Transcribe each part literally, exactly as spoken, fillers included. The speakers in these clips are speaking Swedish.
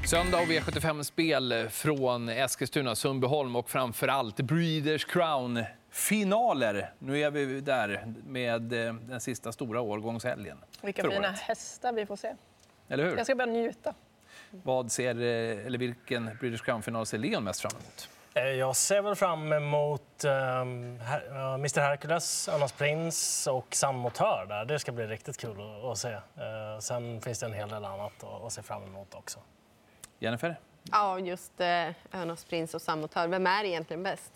Söndag och V sjuttiofem-spel från Eskilstuna, Sundbyholm och framförallt Breeders Crown-finaler. Nu är vi där med den sista stora årgångshelgen. Vilka fina hästar vi får se. Eller hur? Jag ska bara njuta. Vad ser, eller vilken Breeders Crown-final ser Leon mest fram emot? Jag ser väl fram emot um, her- mister Hercules, Annas Prins och San Motör där. Det ska bli riktigt kul att, att se. Uh, sen finns det en hel del annat att, att se fram emot också. Jennifer? Ja, just eh, Önas Prins och Samotör. Vem är egentligen bäst?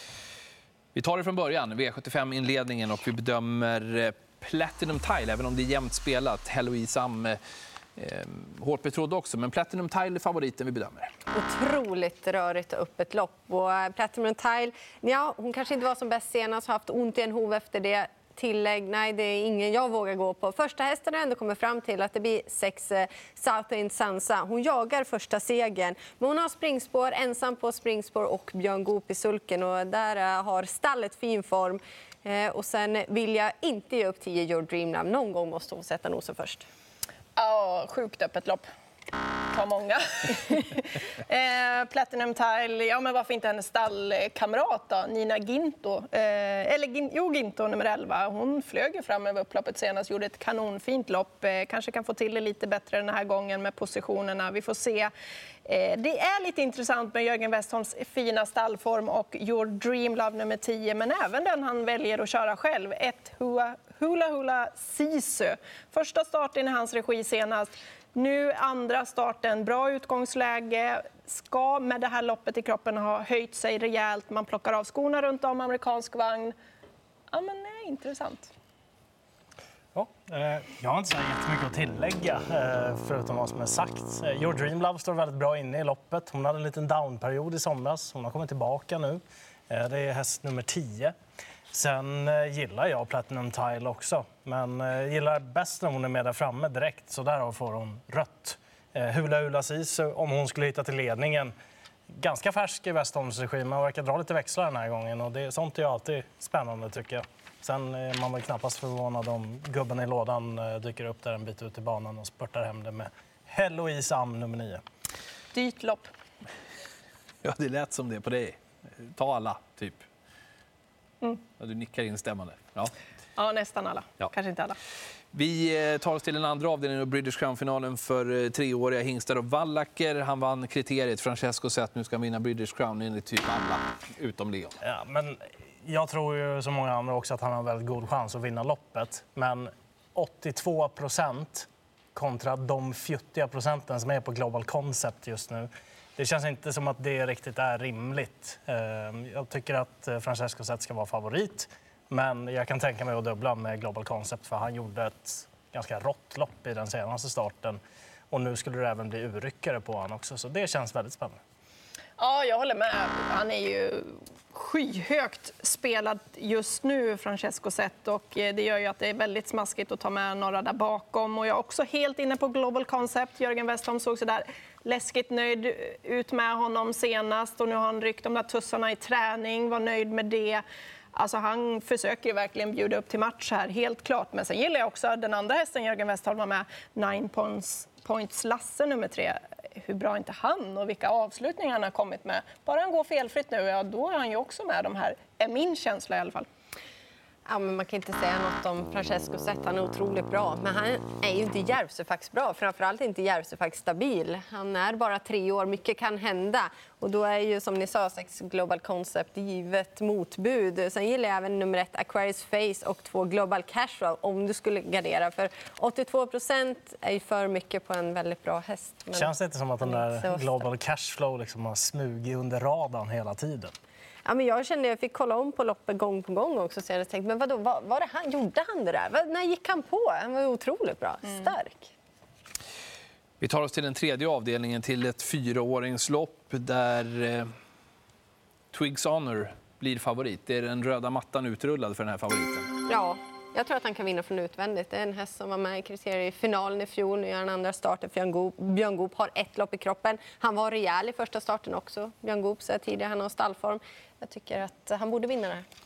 Vi tar det från början, V sjuttiofem-inledningen, och vi bedömer Platinum Tile, även om det är jämnt spelat. Heloise Am, eh, hårt betrodd också, men Platinum Tile är favoriten vi bedömer. Otroligt rörigt och öppet lopp. Och eh, Platinum Tile, ja, hon kanske inte var som bäst senast, har haft ont i en hov efter det. Tillägg, nej, det är ingen jag vågar gå på. Första hästen har ändå kommit fram till att det blir sex eh, South End Sansa. Hon jagar första segern, men hon har springspår, ensam på springspår och Björn Goop i sulken. Och där eh, har stallet fin form. Eh, och sen vill jag inte ge upp tio Your Dream Love. Någon gång måste hon sätta nosen först. Ja, sjukt öppet lopp. Ta många. eh, Platinum Tile, ja men varför inte hennes stallkamrat då? Nina Ginto, eh, eller Gin, jo, Ginto nummer elva. Hon flög ju fram över upploppet senast, gjorde ett kanonfint lopp. Eh, kanske kan få till det lite bättre den här gången med positionerna. Vi får se. Eh, det är lite intressant med Jörgen Westholms fina stallform och Your Dream Love nummer tio, men även den han väljer att köra själv. Ett Hua, Hula Hula Sisu. Första starten i hans regi senast. Nu andra starten, bra utgångsläge, ska med det här loppet i kroppen ha höjt sig rejält. Man plockar av skorna runt om, amerikansk vagn. Ja, men det är intressant. Ja, eh, jag har inte så jättemycket att tillägga eh, förutom vad som är sagt. Eh, Your Dream Love står väldigt bra inne i loppet. Hon hade en liten downperiod i somras. Hon har kommit tillbaka nu. Eh, det är häst nummer tio. Sen eh, gillar jag Platinum Tile också, men eh, gillar bäst när hon är med där framme direkt, så där får hon rött. Eh, Hula Hula Sisu, om hon skulle hitta till ledningen. Ganska färsk i Westholms regi, men verkar dra lite växlar den här gången, och det, sånt är alltid spännande tycker jag. Sen är man väl knappast förvånad om gubben i lådan eh, dyker upp där en bit ut i banan och spurtar hem det med Heloise Am nummer nio. Dyrt lopp. Ja, det lät som det på dig. Ta alla, typ. Mm. Ja, du nickar instämmande. Ja. Ja, nästan alla. Ja. Kanske inte alla. Vi tar oss till den andra avdelningen av Breeders Crown-finalen för treåriga hingstar och vallacker. Han vann kriteriet. Francesco säger att nu ska han vinna Breeders Crown enligt typ alla, utom Leon. Ja, men jag tror ju som många andra också att han har en väldigt god chans att vinna loppet. Men åttiotvå procent kontra de fjuttiga procenten som är på Global Concept just nu. Det känns inte som att det riktigt är rimligt. Jag tycker att Francesco Zet ska vara favorit. Men jag kan tänka mig att dubbla med Global Concept, för han gjorde ett ganska rått lopp i den senaste starten. Och nu skulle det även bli urryckare på han också. Så det känns väldigt spännande. Ja, jag håller med. Han är ju skyhögt spelad just nu, Francesco Zet, och det gör ju att det är väldigt smaskigt att ta med några där bakom. Och jag är också helt inne på Global Concept. Jörgen Westholm såg så där läskigt nöjd ut med honom senast, och nu har han ryckt de där tussarna i träning, var nöjd med det. Alltså han försöker ju verkligen bjuda upp till match här, helt klart. Men sen gillar jag också den andra hästen Jörgen Westholm var med, Nine Points, Points Lasse nummer tre. Hur bra inte han och vilka avslutningar han har kommit med. Bara han går felfritt nu, ja, då är han ju också med de här, är min känsla i alla fall. Ja, men man kan inte säga något om Francesco Zet. Han är otroligt bra, men han är ju inte Järvsöfax bra. Framförallt inte Järvsöfax stabil. Han är bara tre år, mycket kan hända. Och då är ju, som ni sa, sex Global Concept givet motbud. Sen gillar jag även nummer ett Aquarius Face och två Global Casual, om du skulle gardera. För åttiotvå procent är ju för mycket på en väldigt bra häst. Men känns det inte som att den där Global Cashflow liksom har smugit under radarn hela tiden? Ja, men jag kände jag fick kolla om på loppet gång på gång också, så jag tänkte, men vadå, var, var det han, gjorde han det där? Var, när gick han på? Han var otroligt bra, stark. Mm. Vi tar oss till den tredje avdelningen, till ett fyraåringslopp där eh, Twigs Honor blir favorit. Det är den röda mattan utrullad för den här favoriten. Ja, jag tror att han kan vinna från utvändigt. Det är en häst som var med i kriterier i finalen i fjol. Nu gör han andra starten. Björn Goop. Björn Goop har ett lopp i kroppen. Han var rejäl i första starten också. Björn Goop så tidigare, han har stallform. Jag tycker att han borde vinna det här.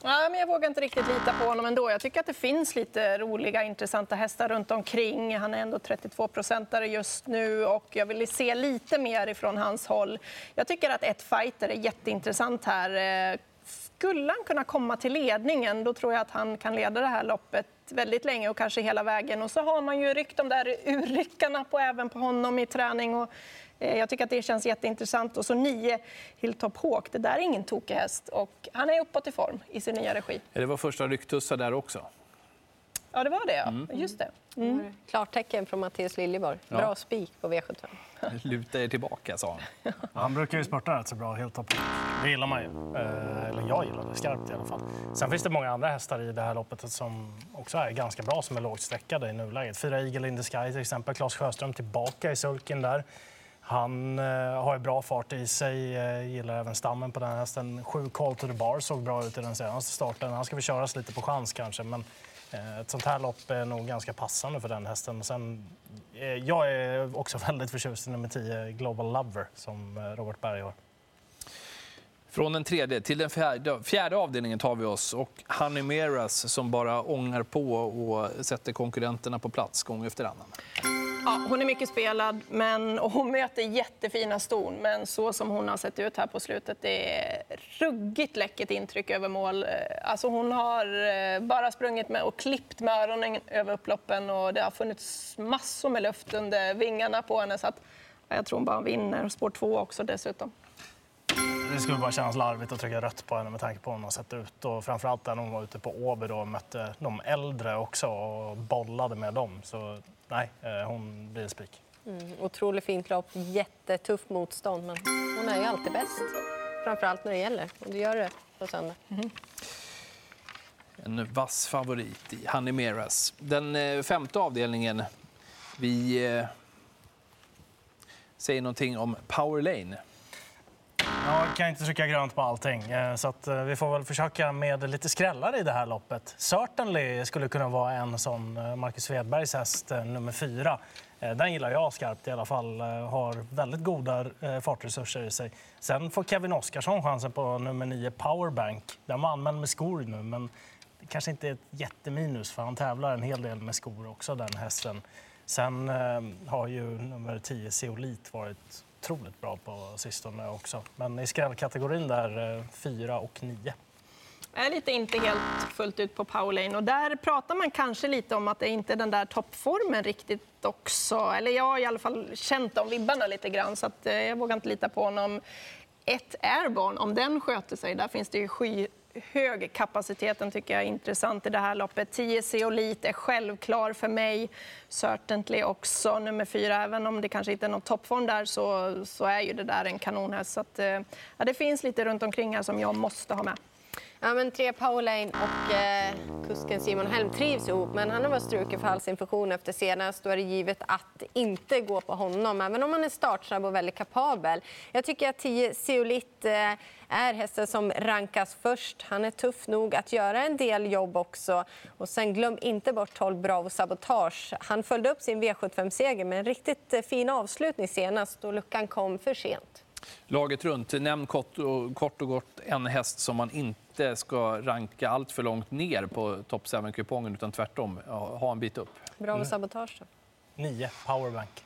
Ja, men jag vågar inte riktigt lita på honom ändå. Jag tycker att det finns lite roliga, intressanta hästar runt omkring. Han är ändå trettiotvå procentare just nu och jag vill se lite mer ifrån hans håll. Jag tycker att ett fighter är jätteintressant här. Skulle han kunna komma till ledningen, då tror jag att han kan leda det här loppet väldigt länge och kanske hela vägen. Och så har man ju ryckt de där urryckarna på, även på honom i träning. Och jag tycker att det känns jätteintressant. Och så nio Hilltop Hawk, det där är ingen tokig häst. Och han är uppåt i form i sin nya regi. Det var första rycktussar där också. Ja, det var det. Ja. Mm. Just det. Mm. Klartecken från Mattias Liljeborg. Bra Ja. spik på V sjuttiofem. Luta er tillbaka, sa han. Han brukar ju spurta rätt så bra, helt topp. Det gillar man ju. Eh, eller jag gillar det skarpt i alla fall. Sen finns det många andra hästar i det här loppet som också är ganska bra, som är lågt sträckade i nuläget. Fyra Eagle in the Sky till exempel. Claes Sjöström tillbaka i sulken där. Han eh, har ju bra fart i sig, eh, gillar även stammen på den hästen. Sju Call to the Bar såg bra ut i den senaste starten. Han ska väl köras lite på chans kanske, men eh, ett sånt här lopp är nog ganska passande för den hästen. Och sen, eh, jag är också väldigt förtjust i nummer tio, Global Lover, som eh, Robert Berg har. Från den tredje till den fjärde, fjärde avdelningen tar vi oss. Och Honey Meras som bara ångar på och sätter konkurrenterna på plats gång efter annan. Ja, hon är mycket spelad, men, och hon möter jättefina ston. Men så som hon har sett ut här på slutet, det är ruggigt läckert intryck över mål. Alltså hon har bara sprungit med och klippt med öronen över upploppen. Och det har funnits massor med luft under vingarna på henne. Så att, jag tror hon bara vinner. Spår två också dessutom. Det skulle bara kännas larvigt att trycka rött på henne med tanke på hur hon har sett ut. Och framförallt när hon var ute på Åby då och mötte de äldre också och bollade med dem. Så nej, hon blir en spik. Mm, otroligt fint lopp, jättetufft motstånd, men hon är ju alltid bäst. Framförallt när det gäller, och du gör det på söndag. Mm. En vass favorit i Honey Meras. Den eh, femte avdelningen, vi eh, säger någonting om Power Lane. Ja, jag kan inte trycka grönt på allting, så att vi får väl försöka med lite skrällar i det här loppet. Certainly skulle kunna vara en sån, Marcus Svedbergs häst nummer fyra. Den gillar jag skarpt i alla fall, har väldigt goda fartresurser i sig. Sen får Kevin Oskarsson chansen på nummer nio Powerbank. Den var använd med skor nu, men det kanske inte är ett jätteminus för han tävlar en hel del med skor också, den hästen. Sen har ju nummer tio Zeolit varit otroligt bra på sistone också. Men i skrällkategorin där fyra och nio. Jag är lite inte helt fullt ut på Powerlane och där pratar man kanske lite om att det inte är den där toppformen riktigt också. Eller jag har i alla fall känt de vibbarna lite grann så att jag vågar inte lita på honom. Ett Airborne, om den sköter sig, där finns det ju skyhög kapaciteten tycker jag är intressant i det här loppet. tio Zeolit är självklar för mig. Certainly också nummer fyra, även om det kanske inte är någon toppform där så, så är ju det där en kanonhäst. Så att, ja, det finns lite runt omkring här som jag måste ha med. Ja, men tre Powerlane och eh, kusken Simon Helm trivs ihop, men han har varit struken för halsinfektion efter senast. Då är det givet att inte gå på honom, även om han är startsnabb och väldigt kapabel. Jag tycker att tio Zeolit eh, är hästen som rankas först. Han är tuff nog att göra en del jobb också. Och sen glöm inte bort tolv Bravo Sabotage. Han följde upp sin V sjuttiofem-seger med en riktigt eh, fin avslutning senast då luckan kom för sent. Laget runt, nämn kort och, kort och gott en häst som man inte ska ranka allt för långt ner på topp sju-kupongen utan tvärtom ha en bit upp. Bravo Sabotage då? nio Powerbank.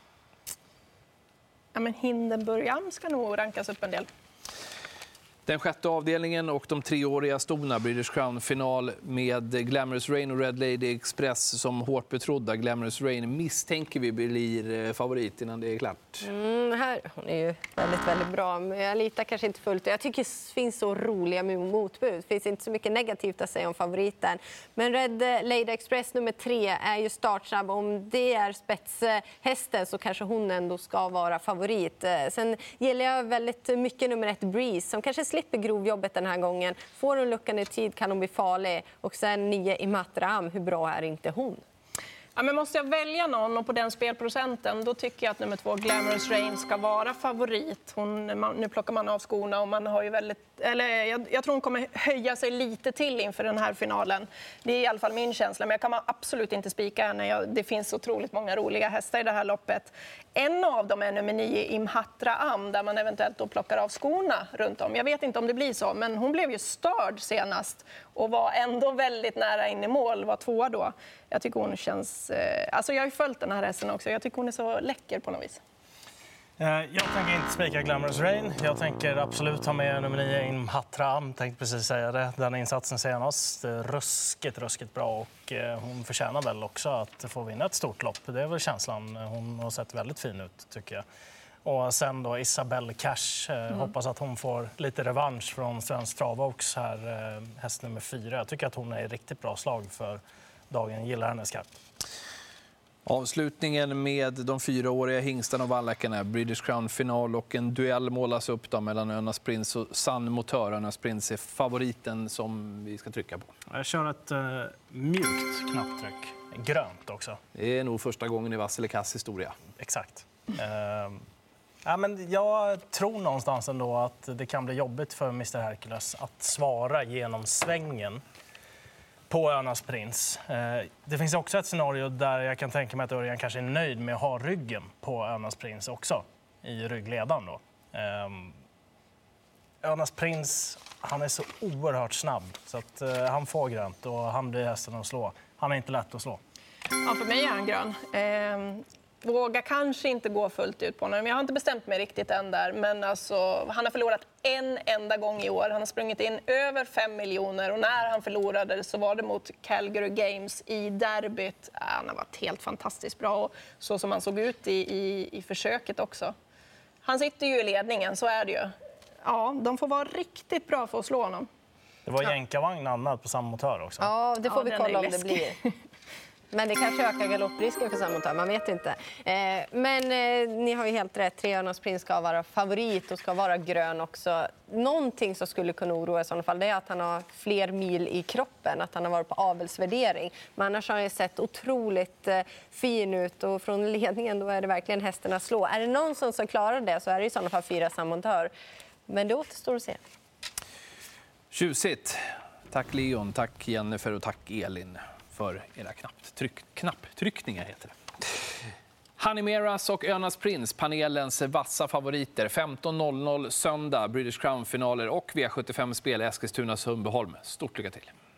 Ja, men Hindenburg Am ska nog rankas upp en del. Den sjätte avdelningen och de treåriga stona British Crown-final med Glamorous Rain och Red Lady Express som hårt betrodda. Glamorous Rain misstänker vi blir favorit innan det är klart. Mm, här, hon är ju väldigt, väldigt bra, men jag litar kanske inte fullt. Jag tycker det finns så roliga motbud. Det finns inte så mycket negativt att säga om favoriten. Men Red Lady Express nummer tre är ju startsnabb. Om det är spetshästen så kanske hon ändå ska vara favorit. Sen gillar jag väldigt mycket nummer ett Breeze som kanske slipper grovjobbet den här gången. Får hon luckan i tid kan hon bli farlig. Och sen nio i Matram, hur bra är inte hon? Ja, men måste jag välja någon och på den spelprocenten, då tycker jag att nummer två, Glamorous Rain, ska vara favorit. Hon, man, nu plockar man av skorna och man har ju väldigt... Eller jag, jag tror hon kommer höja sig lite till inför den här finalen. Det är i alla fall min känsla, men jag kan absolut inte spika henne. Jag, det finns otroligt många roliga hästar i det här loppet. En av dem är nummer nio, Imhatra Am, där man eventuellt då plockar av skorna runt om. Jag vet inte om det blir så, men hon blev ju störd senast och var ändå väldigt nära in i mål, var tvåa då. Jag tycker hon känns... Alltså jag har ju följt den här hästen också. Jag tycker hon är så läcker på något vis. Jag tänker inte spika Glamorous Rain. Jag tänker absolut ha med nummer nio, Imhatra Am. Tänkte precis säga det. Den insatsen senast. Ruskigt, ruskigt bra. Och hon förtjänar väl också att få vinna ett stort lopp. Det är väl känslan. Hon har sett väldigt fin ut, tycker jag. Och sen då Isabelle Cash. Mm. Hoppas att hon får lite revansch från Svensk Travox här. Häst nummer fyra. Jag tycker att hon är i riktigt bra slag för dagen. Gillar henne skarpt. Avslutningen med de fyraåriga hingstarna och vallakarna, British Crown-final och en duell målas upp då mellan Önas Prins och Sun Motör. Önas Prins är favoriten som vi ska trycka på. Jag kör ett uh, mjukt knapptryck. Grönt också. Det är nog första gången i Vassilikas historia. Exakt. Uh, ja, men jag tror någonstans ändå att det kan bli jobbigt för mister Hercules att svara genom svängen på Önas Prins. Det finns också ett scenario där jag kan tänka mig att Örjan kanske är nöjd med att ha ryggen på Önas Prins också i ryggledan då. Önas Prins, han är så oerhört snabb så att han får grönt och han blir hästen att slå. Han är inte lätt att slå. Ja, för mig är han grön. Eh... Vågar kanske inte gå fullt ut på honom. Jag har inte bestämt mig riktigt än där. Men alltså, han har förlorat en enda gång i år. Han har sprungit in över fem miljoner. Och när han förlorade så var det mot Calgary Games i derbyt. Han har varit helt fantastiskt bra. Och så som han såg ut i, i, i försöket också. Han sitter ju i ledningen, så är det ju. Ja, de får vara riktigt bra för att slå honom. Det var jänkarvagn annat på samma motör också. Ja, det får ja, vi kolla om det blir. Men det kanske ökar galopprisken för samma man vet inte. Eh, men eh, ni har ju helt rätt. Tre Önas Prins ska vara favorit och ska vara grön också. Någonting som skulle kunna oroa i sådana fall det är att han har fler mil i kroppen. Att han har varit på avelsvärdering. Men annars har han ju sett otroligt eh, fin ut. Och från ledningen då är det verkligen hästarna slå. Är det någon som ska klara det så är det i sådana fall fyra sammontör. Men det återstår att se. Tjusigt. Tack Leon, tack Jennifer och tack Elin för era knapptryck, knapptryckningar heter det. Hanimeras och Önas Prins, panelens vassa favoriter. femton noll noll söndag, British Crown-finaler och V sjuttiofem-spel i Eskilstuna Sundbyholm. Stort lycka till!